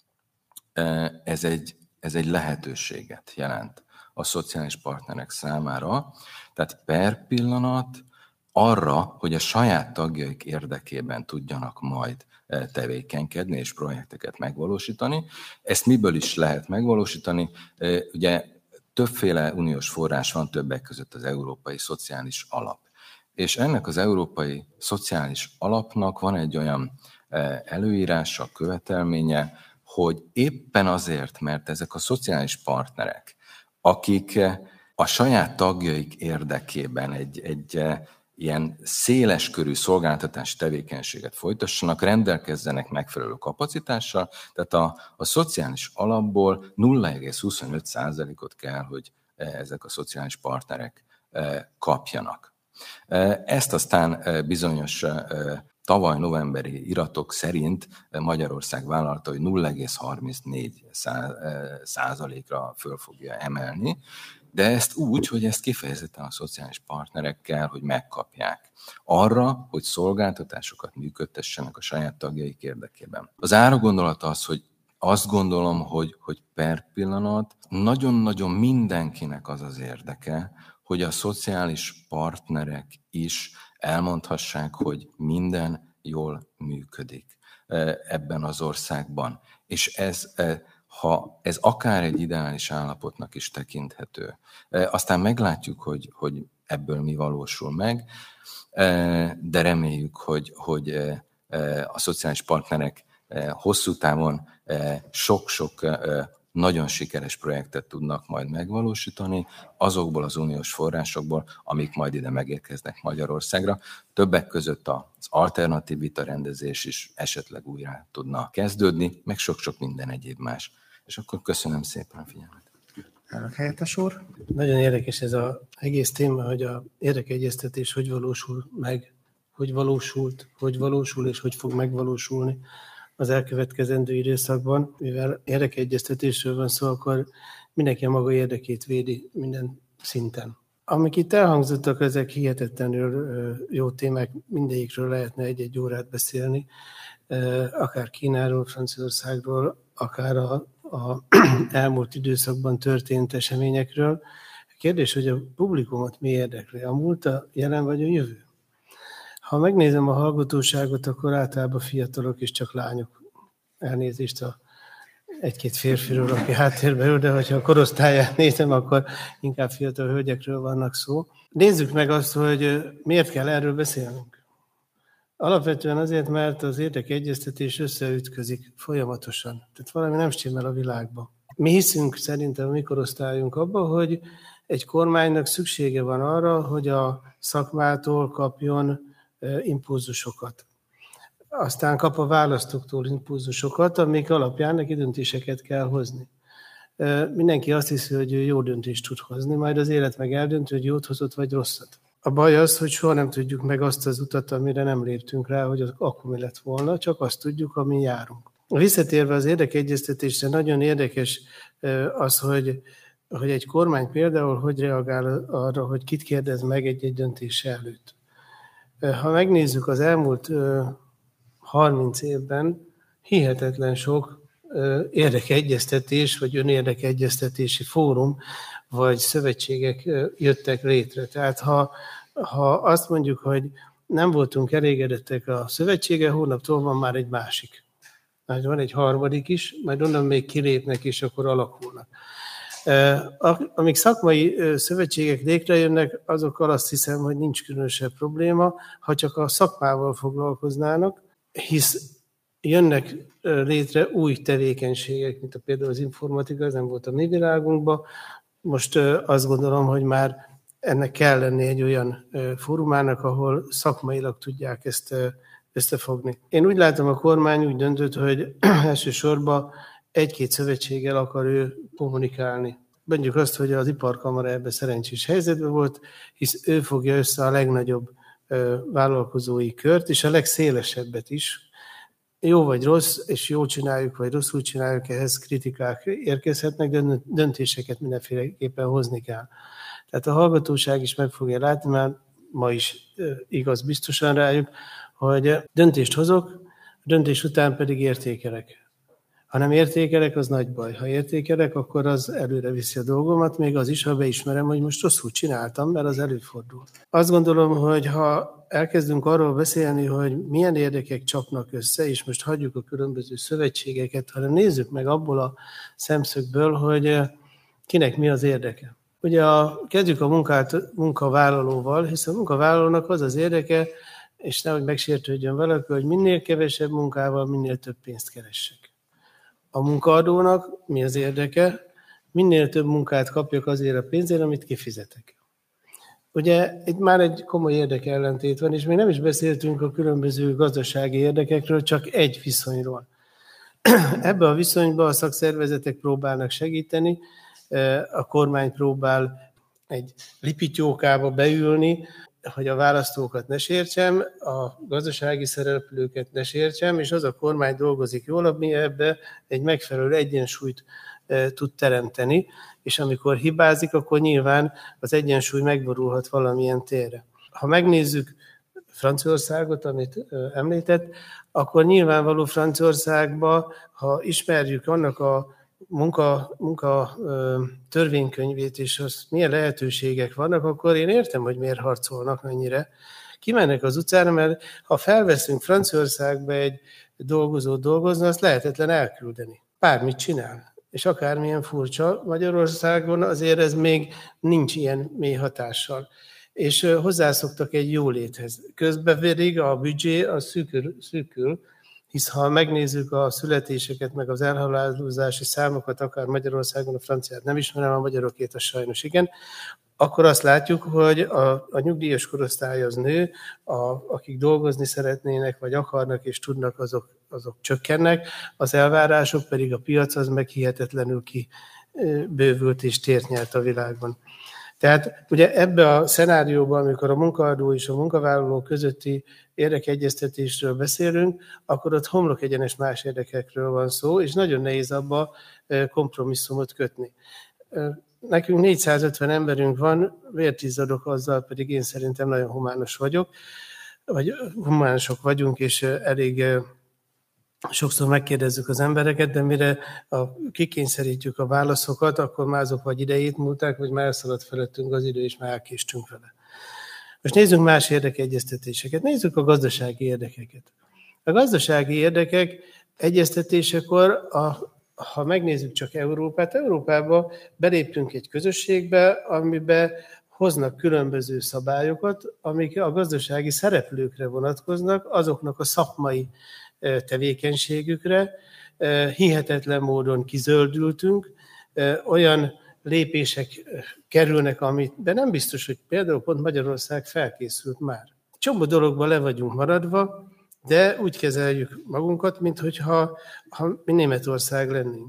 ez egy, ez egy lehetőséget jelent a szociális partnerek számára. Tehát per pillanat arra, hogy a saját tagjaik érdekében tudjanak majd tevékenykedni és projekteket megvalósítani. Ezt miből is lehet megvalósítani? Ugye többféle uniós forrás van, többek között az Európai Szociális Alap. És ennek az Európai Szociális Alapnak van egy olyan előírása, követelménye, hogy éppen azért, mert ezek a szociális partnerek, akik a saját tagjaik érdekében egy, egy ilyen széleskörű szolgáltatási tevékenységet folytassanak, rendelkezzenek megfelelő kapacitással, tehát a, a szociális alapból nulla egész huszonöt százalékot kell, hogy ezek a szociális partnerek kapjanak. Ezt aztán bizonyos tavaly novemberi iratok szerint Magyarország vállalta, hogy nulla egész harmincnégy százalékra föl fogja emelni, de ezt úgy, hogy ezt kifejezetten a szociális partnerek kell, hogy megkapják arra, hogy szolgáltatásokat működtessenek a saját tagjaik érdekében. Az ára gondolata az, hogy azt gondolom, hogy, hogy per pillanat nagyon-nagyon mindenkinek az az érdeke, hogy a szociális partnerek is elmondhassák, hogy minden jól működik ebben az országban. És ez, ha ez akár egy ideális állapotnak is tekinthető, aztán meglátjuk, hogy, hogy ebből mi valósul meg, de reméljük, hogy, hogy a szociális partnerek hosszú távon sok-sok nagyon sikeres projektet tudnak majd megvalósítani azokból az uniós forrásokból, amik majd ide megérkeznek Magyarországra. Többek között az alternatív vitarendezés is esetleg újra tudna kezdődni, meg sok-sok minden egyéb más. És akkor köszönöm szépen a figyelmet. Elnök helyettes úr. Nagyon érdekes ez az egész téma, hogy a érdekegyeztetés hogy valósul meg, hogy valósult, hogy valósul és hogy fog megvalósulni az elkövetkezendő időszakban. Mivel érdekegyeztetésről van szó, akkor mindenki a maga érdekét védi minden szinten. Amik itt elhangzottak, ezek hihetetlenül jó témák, mindegyikről lehetne egy-egy órát beszélni, akár Kínáról, Franciaországról, akár a, a elmúlt időszakban történt eseményekről. A kérdés, hogy a publikumot mi érdekli, a múlt, a jelen vagy a jövő? Ha megnézem a hallgatóságot, akkor általában fiatalok és csak lányok. Elnézést a egy-két férfiról, aki háttérbe ül, de ha a korosztályát nézem, akkor inkább fiatal hölgyekről vannak szó. Nézzük meg azt, hogy miért kell erről beszélnünk. Alapvetően azért, mert az érdekegyeztetés összeütközik folyamatosan. Tehát valami nem stimmel a világban. Mi hiszünk szerintem a mi korosztályunk abban, hogy egy kormánynak szüksége van arra, hogy a szakmától kapjon impulzusokat. Aztán kap a választóktól impulzusokat, amik alapján neki döntéseket kell hozni. Mindenki azt hiszi, hogy ő jó döntést tud hozni, majd az élet meg eldönti, hogy jót hozott vagy rosszat. A baj az, hogy soha nem tudjuk meg azt az utat, amire nem léptünk rá, hogy az akkor mi lett volna, csak azt tudjuk, amin járunk. Visszatérve az érdekegyeztetésre, nagyon érdekes az, hogy, hogy egy kormány például hogy reagál arra, hogy kit kérdez meg egy-egy döntése előtt. Ha megnézzük az elmúlt harminc évben, hihetetlen sok érdekegyeztetés, vagy önérdekegyeztetési fórum, vagy szövetségek jöttek létre. Tehát ha, ha azt mondjuk, hogy nem voltunk elégedettek a szövetsége, hónaptól van már egy másik. Majd van egy harmadik is, majd onnan még kilépnek, és akkor alakulnak. Amíg szakmai szövetségek létrejönnek, azokkal azt hiszem, hogy nincs különösebb probléma, ha csak a szakmával foglalkoznának, hisz jönnek létre új tevékenységek, mint a például az informatika, ez nem volt a mi világunkban. Most azt gondolom, hogy már ennek kell lenni egy olyan fórumának, ahol szakmailag tudják ezt összefogni. Én úgy látom, a kormány úgy döntött, hogy elsősorban egy-két szövetséggel akar ő kommunikálni. Mondjuk azt, hogy az iparkamara ebben szerencsés helyzetben volt, hisz ő fogja össze a legnagyobb vállalkozói kört, és a legszélesebbet is. Jó vagy rossz, és jól csináljuk, vagy rosszul csináljuk, ehhez kritikák érkezhetnek, de döntéseket mindenféleképpen hozni kell. Tehát a hallgatóság is meg fogja látni, már ma is igaz biztosan rájuk, hogy döntést hozok, a döntés után pedig értékelek. Ha nem értékelek, az nagy baj. Ha értékelek, akkor az előre viszi a dolgomat, még az is, ha beismerem, hogy most rosszul csináltam, mert az előfordul. Azt gondolom, hogy ha elkezdünk arról beszélni, hogy milyen érdekek csapnak össze, és most hagyjuk a különböző szövetségeket, hanem nézzük meg abból a szemszögből, hogy kinek mi az érdeke. Ugye a, kezdjük a munkát, munkavállalóval, hiszen a munkavállalónak az az érdeke, és nehogy megsértődjön valaki, hogy minél kevesebb munkával, minél több pénzt keressek. A munkaadónak mi az érdeke? Minél több munkát kapjak azért a pénzért, amit kifizetek. Ugye itt már egy komoly érdekellentét van, és még nem is beszéltünk a különböző gazdasági érdekekről, csak egy viszonyról. Ebben a viszonyban a szakszervezetek próbálnak segíteni, a kormány próbál egy lipityókába beülni, hogy a választókat ne sértsem, a gazdasági szereplőket ne sértsem, és az a kormány dolgozik jól, ami ebbe egy megfelelő egyensúlyt e, tud teremteni, és amikor hibázik, akkor nyilván az egyensúly megborulhat valamilyen térre. Ha megnézzük Franciaországot, amit e, említett, akkor nyilvánvaló Franciaországban, ha ismerjük annak a munka, munka törvénykönyvét, és az milyen lehetőségek vannak, akkor én értem, hogy miért harcolnak mennyire. Kimennek az utcára, mert ha felveszünk Franciaországba egy dolgozót dolgozni, azt lehetetlen elküldeni. Bármit csinál. És akármilyen furcsa, Magyarországon azért ez még nincs ilyen mély hatással. És hozzászoktak egy jóléthez. Közben pedig a büdzsé az szűkül, szűkül, hisz ha megnézzük a születéseket, meg az elhalálozási számokat, akár Magyarországon, a franciát nem ismerem, a magyarokét az sajnos igen, akkor azt látjuk, hogy a, a nyugdíjas korosztály az nő, a, akik dolgozni szeretnének, vagy akarnak és tudnak, azok, azok csökkennek, az elvárások pedig a piac az meg hihetetlenül kibővült és tért nyert a világban. Tehát ugye ebbe a szenárióban, amikor a munkaadó és a munkavállaló közötti érdekegyeztetésről beszélünk, akkor ott homlok egyenes más érdekekről van szó, és nagyon nehéz abba kompromisszumot kötni. Nekünk négyszázötven emberünk van, vértizzadok azzal, pedig én szerintem nagyon humános vagyok, vagy humánosok vagyunk, és elég sokszor megkérdezzük az embereket, de mire a, kikényszerítjük a válaszokat, akkor már azok vagy idejét múlták, vagy már elszaladt felettünk az idő, és már elkéstünk vele. Most nézzünk más érdekegyeztetéseket, nézzük a gazdasági érdekeket. A gazdasági érdekek egyeztetésekor, a, ha megnézzük csak Európát, Európába beléptünk egy közösségbe, amiben hoznak különböző szabályokat, amik a gazdasági szereplőkre vonatkoznak, azoknak a szakmai tevékenységükre. Hihetetlen módon kizöldültünk, olyan lépések kerülnek, de nem biztos, hogy például pont Magyarország felkészült már. Csomó dologban le vagyunk maradva, de úgy kezeljük magunkat, minthogyha ha mi Németország lennénk.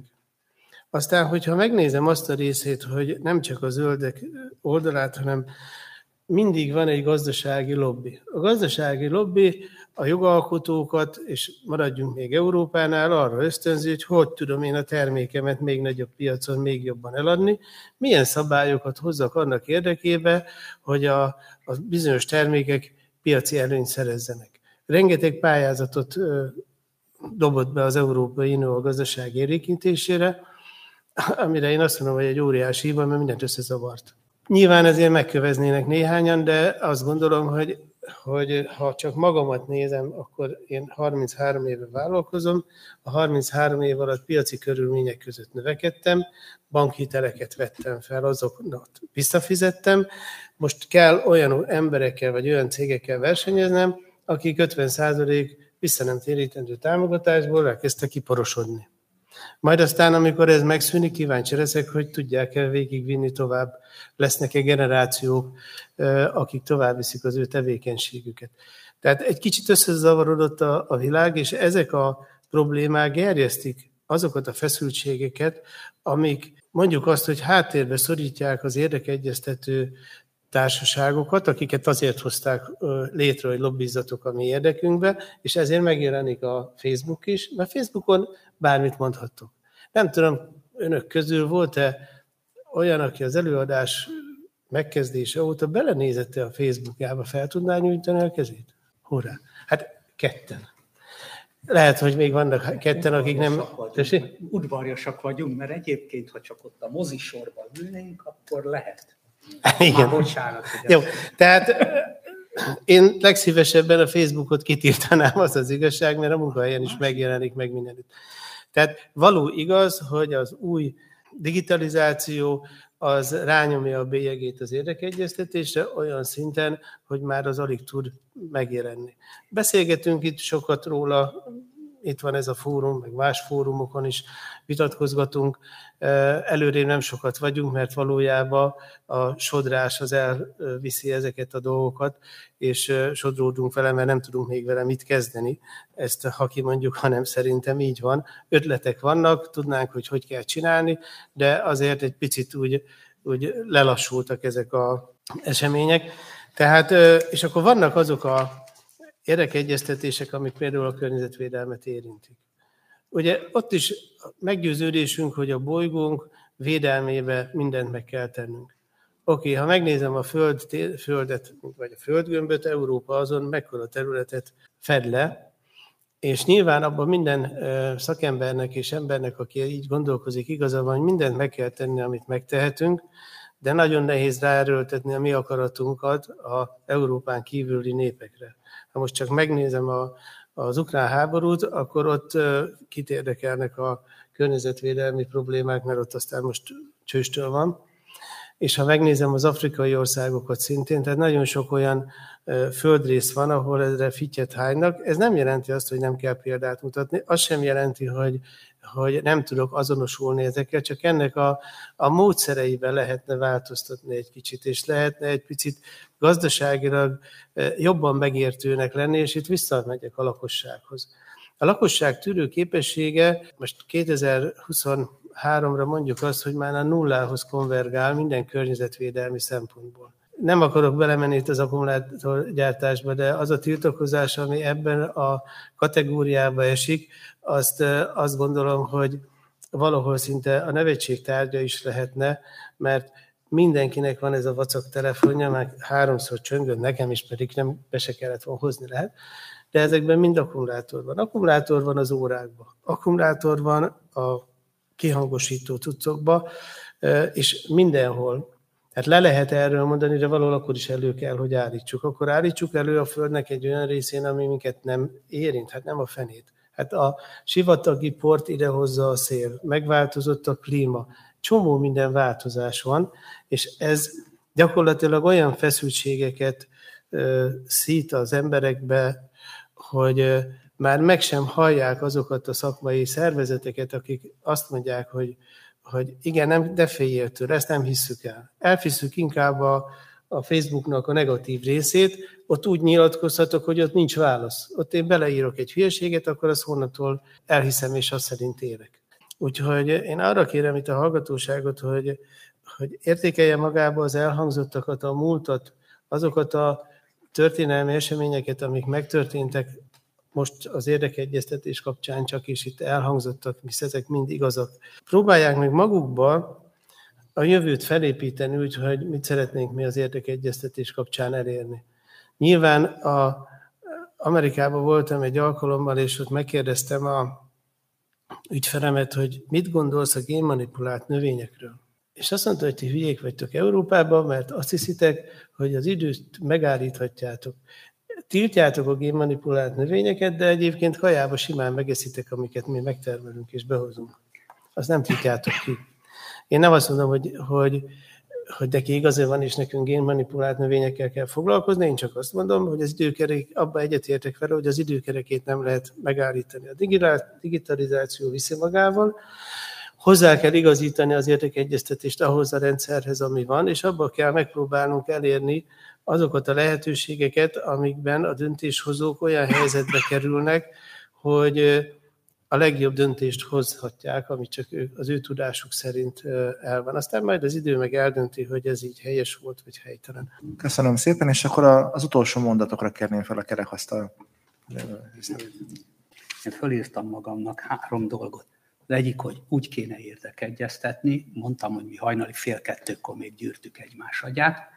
Aztán, hogyha megnézem azt a részét, hogy nem csak a zöldek oldalát, hanem mindig van egy gazdasági lobby. A gazdasági lobby a jogalkotókat, és maradjunk még Európánál, arra ösztönzi, hogy hogy tudom én a termékemet még nagyobb piacon még jobban eladni, milyen szabályokat hozzak annak érdekében, hogy a, a bizonyos termékek piaci előnyt szerezzenek. Rengeteg pályázatot ö, dobott be az Európai Unió a gazdaság élénkítésére, amire én azt mondom, hogy egy óriási hiba, mert mindent összezavart. Nyilván ezért megköveznének néhányan, de azt gondolom, hogy, hogy ha csak magamat nézem, akkor én harminchárom éve vállalkozom, a harminchárom év alatt piaci körülmények között növekedtem, bankhiteleket vettem fel, azokat visszafizettem, most kell olyan emberekkel vagy olyan cégekkel versenyeznem, akik ötven százalék vissza nem térítendő támogatásból elkezdtek kiporosodni. Majd aztán, amikor ez megszűnik, kíváncsi leszek, hogy tudják-e végigvinni tovább, lesznek-e generációk, akik tovább viszik az ő tevékenységüket. Tehát egy kicsit összezavarodott a, a világ, és ezek a problémák gerjesztik azokat a feszültségeket, amik mondjuk azt, hogy háttérbe szorítják az érdekegyeztető társaságokat, akiket azért hozták létre, hogy lobbizzatok a mi érdekünkbe, és ezért megjelenik a Facebook is, mert Facebookon bármit mondhattok. Nem tudom, önök közül volt-e olyan, aki az előadás megkezdése óta belenézette a Facebookjába, fel tudná nyújtani a kezét? Hurrá! Hát ketten. Lehet, hogy még vannak ketten, akik nem... Vagyunk, udvarjasak vagyunk, mert egyébként, ha csak ott a mozisorban ülnénk, akkor lehet. Igen. Már bocsánat. Jó, tehát én legszívesebben a Facebookot kitiltanám, az az igazság, mert a munkahelyen is megjelenik meg mindenütt. Tehát való igaz, hogy az új digitalizáció az rányomja a bélyegét az érdekegyeztetésre olyan szinten, hogy már az alig tud megjelenni. Beszélgetünk itt sokat róla, itt van ez a fórum, meg más fórumokon is vitatkozgatunk. Előrébb nem sokat vagyunk, mert valójában a sodrás az elviszi ezeket a dolgokat, és sodródunk vele, mert nem tudunk még vele mit kezdeni. Ezt ha kimondjuk, hanem szerintem így van. Ötletek vannak, tudnánk, hogy hogy kell csinálni, de azért egy picit úgy, úgy lelassultak ezek az események. Tehát, és akkor vannak azok a érdekegyeztetések, amik például a környezetvédelmet érintik. Ugye ott is meggyőződésünk, hogy a bolygónk védelmébe mindent meg kell tennünk. Oké, ha megnézem a föld, földet, vagy a földgömböt, Európa azon mekkora területet fed le, és nyilván abban minden szakembernek és embernek, aki így gondolkozik, igaza van, hogy mindent meg kell tenni, amit megtehetünk, de nagyon nehéz ráerőltetni a mi akaratunkat az Európán kívüli népekre. Ha most csak megnézem a, az ukrán háborút, akkor ott kit érdekelnek a környezetvédelmi problémák, mert ott aztán most csőstől van. És ha megnézem az afrikai országokat szintén, tehát nagyon sok olyan földrész van, ahol ezre fittyet hánynak. Ez nem jelenti azt, hogy nem kell példát mutatni, az sem jelenti, hogy, hogy nem tudok azonosulni ezekkel, csak ennek a, a módszereiben lehetne változtatni egy kicsit, és lehetne egy picit gazdaságilag jobban megértőnek lenni, és itt visszamegyek a lakossághoz. A lakosság tűrő képessége most kétezer-huszonháromra mondjuk azt, hogy már a nullához konvergál minden környezetvédelmi szempontból. Nem akarok belemenni itt az akkumulátorgyártásba, de az a tiltakozás, ami ebben a kategóriába esik, azt, azt gondolom, hogy valahol szinte a nevetség tárgya is lehetne, mert mindenkinek van ez a vacak telefonja, meg háromszor csöngön, nekem is pedig nem be se kellett volna hozni lehet, de ezekben mind akkumulátor van. Akkumulátor van az órákban, akkumulátor van a kihangosító cuccokban, és mindenhol. Hát le lehet erről mondani, de valahol akkor is elő kell, hogy állítsuk. Akkor állítsuk elő a Földnek egy olyan részén, ami minket nem érint, hát nem a fenét. Hát a sivatagi port idehozza a szél, megváltozott a klíma, csomó minden változás van, és ez gyakorlatilag olyan feszültségeket ö, szít az emberekbe, hogy ö, már meg sem hallják azokat a szakmai szervezeteket, akik azt mondják, hogy, hogy igen, nem, de féljél tőle, ezt nem hisszük el. Elhisszük inkább a, a Facebooknak a negatív részét, ott úgy nyilatkozhatok, hogy ott nincs válasz. Ott én beleírok egy hülyeséget, akkor azt honnantól elhiszem, és azt szerint élek. Úgyhogy én arra kérem itt a hallgatóságot, hogy, hogy értékelje magába az elhangzottakat, a múltat, azokat a történelmi eseményeket, amik megtörténtek most az érdekegyeztetés kapcsán csak, és itt elhangzottak, hisz ezek mind igazak. Próbálják meg magukba a jövőt felépíteni úgy, hogy mit szeretnénk mi az érdekegyeztetés kapcsán elérni. Nyilván a Amerikában voltam egy alkalommal, és ott megkérdeztem a ügyfelemet, hogy mit gondolsz a génmanipulált növényekről. És azt mondta, hogy ti hülyék vagytok Európában, mert azt hiszitek, hogy az időt megállíthatjátok. Tiltjátok a génmanipulált növényeket, de egyébként kajába simán megeszitek, amiket mi megtermelünk és behozunk. Azt nem tiltjátok ki. Én nem azt mondom, hogy, hogy, hogy neki igaza van, és nekünk génmanipulált növényekkel kell foglalkozni, én csak azt mondom, hogy az időkerek, abban egyetértek vele, hogy az időkerekét nem lehet megállítani. A digitalizáció viszi magával, hozzá kell igazítani az érdekegyeztetést ahhoz a rendszerhez, ami van, és abban kell megpróbálnunk elérni azokat a lehetőségeket, amikben a döntéshozók olyan helyzetbe kerülnek, hogy a legjobb döntést hozhatják, amit csak ő, az ő tudásuk szerint el van. Aztán majd az idő meg eldönti, hogy ez így helyes volt, vagy helytelen. Köszönöm szépen, és akkor az utolsó mondatokra kérném fel a kerekasztal. Én fölírtam magamnak három dolgot. Az egyik, hogy úgy kéne érdekegyeztetni, mondtam, hogy mi hajnali fél kettőkor még gyűrtük egymás agyát.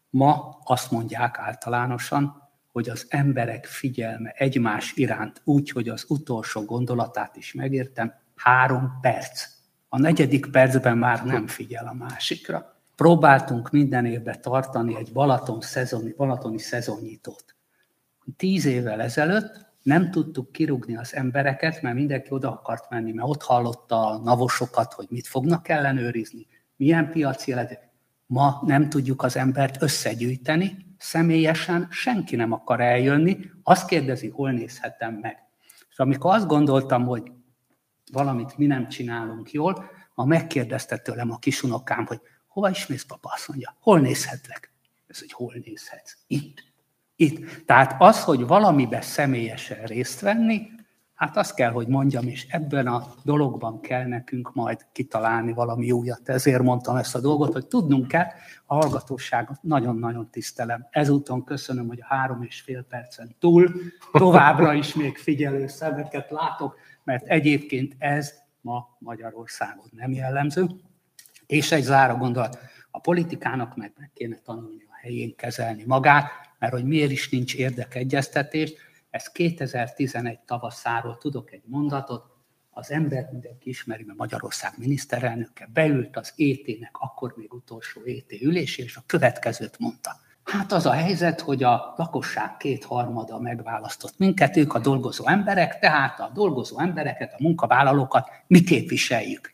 Ma azt mondják általánosan, hogy az emberek figyelme egymás iránt úgy, hogy az utolsó gondolatát is megértem, három perc. A negyedik percben már nem figyel a másikra. Próbáltunk minden évben tartani egy Balaton szezoni, balatoni szezonnyitót. Tíz évvel ezelőtt nem tudtuk kirúgni az embereket, mert mindenki oda akart menni, mert ott hallotta a navosokat, hogy mit fognak ellenőrizni, milyen piaci élet. Ma nem tudjuk az embert összegyűjteni, személyesen senki nem akar eljönni, azt kérdezi, hol nézhetem meg. És amikor azt gondoltam, hogy valamit mi nem csinálunk jól, ma megkérdezte tőlem a kisunokám, hogy hova is mész, papa? Azt mondja, hol nézhetlek? Ez, hogy hol nézhetsz? Itt. Itt. Tehát az, hogy valamiben személyesen részt venni, hát azt kell, hogy mondjam, és ebben a dologban kell nekünk majd kitalálni valami újat. Ezért mondtam ezt a dolgot, hogy tudnunk kell, a hallgatóságot nagyon-nagyon tisztelem. Ezúton köszönöm, hogy a három és fél percen túl továbbra is még figyelő szemeket látok, mert egyébként ez ma Magyarországon nem jellemző. És egy záró gondolat, a politikának meg, meg kéne tanulni a helyén kezelni magát, mert hogy miért is nincs érdekegyeztetés. Ez kétezer-tizenegy tavaszáról tudok egy mondatot, az ember mindenki ismeri, mert Magyarország miniszterelnöke beült az é té-nek, akkor még utolsó é té ülésére, és a következőt mondta. Hát az a helyzet, hogy a lakosság kétharmada megválasztott minket, ők a dolgozó emberek, tehát a dolgozó embereket, a munkavállalókat mi képviseljük.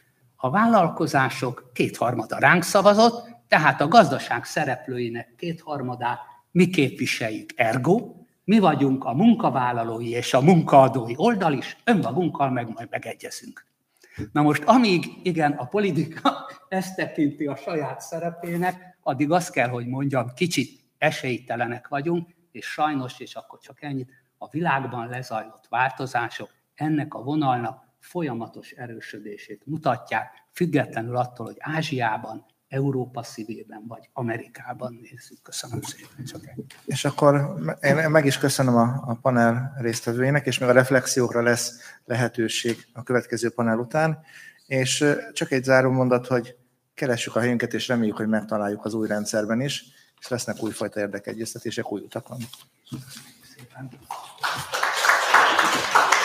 A vállalkozások kétharmada ránk szavazott, tehát a gazdaság szereplőinek kétharmadát mi képviseljük, ergo, mi vagyunk a munkavállalói és a munkaadói oldal is, önmagunkkal meg majd megegyezünk. Na most, amíg igen, a politika ezt tekinti a saját szerepének, addig azt kell, hogy mondjam, kicsit esélytelenek vagyunk, és sajnos, és akkor csak ennyit, a világban lezajlott változások ennek a vonalnak folyamatos erősödését mutatják, függetlenül attól, hogy Ázsiában, Európa szívében, vagy Amerikában nézzük. Köszönöm szépen. Csak ennyi. És akkor én meg is köszönöm a, a panel résztvevőinek, és még a reflexiókra lesz lehetőség a következő panel után. És csak egy záró mondat, hogy keressük a helyünket, és reméljük, hogy megtaláljuk az új rendszerben is, és lesznek újfajta érdekegyeztetések új utakon. Szépen.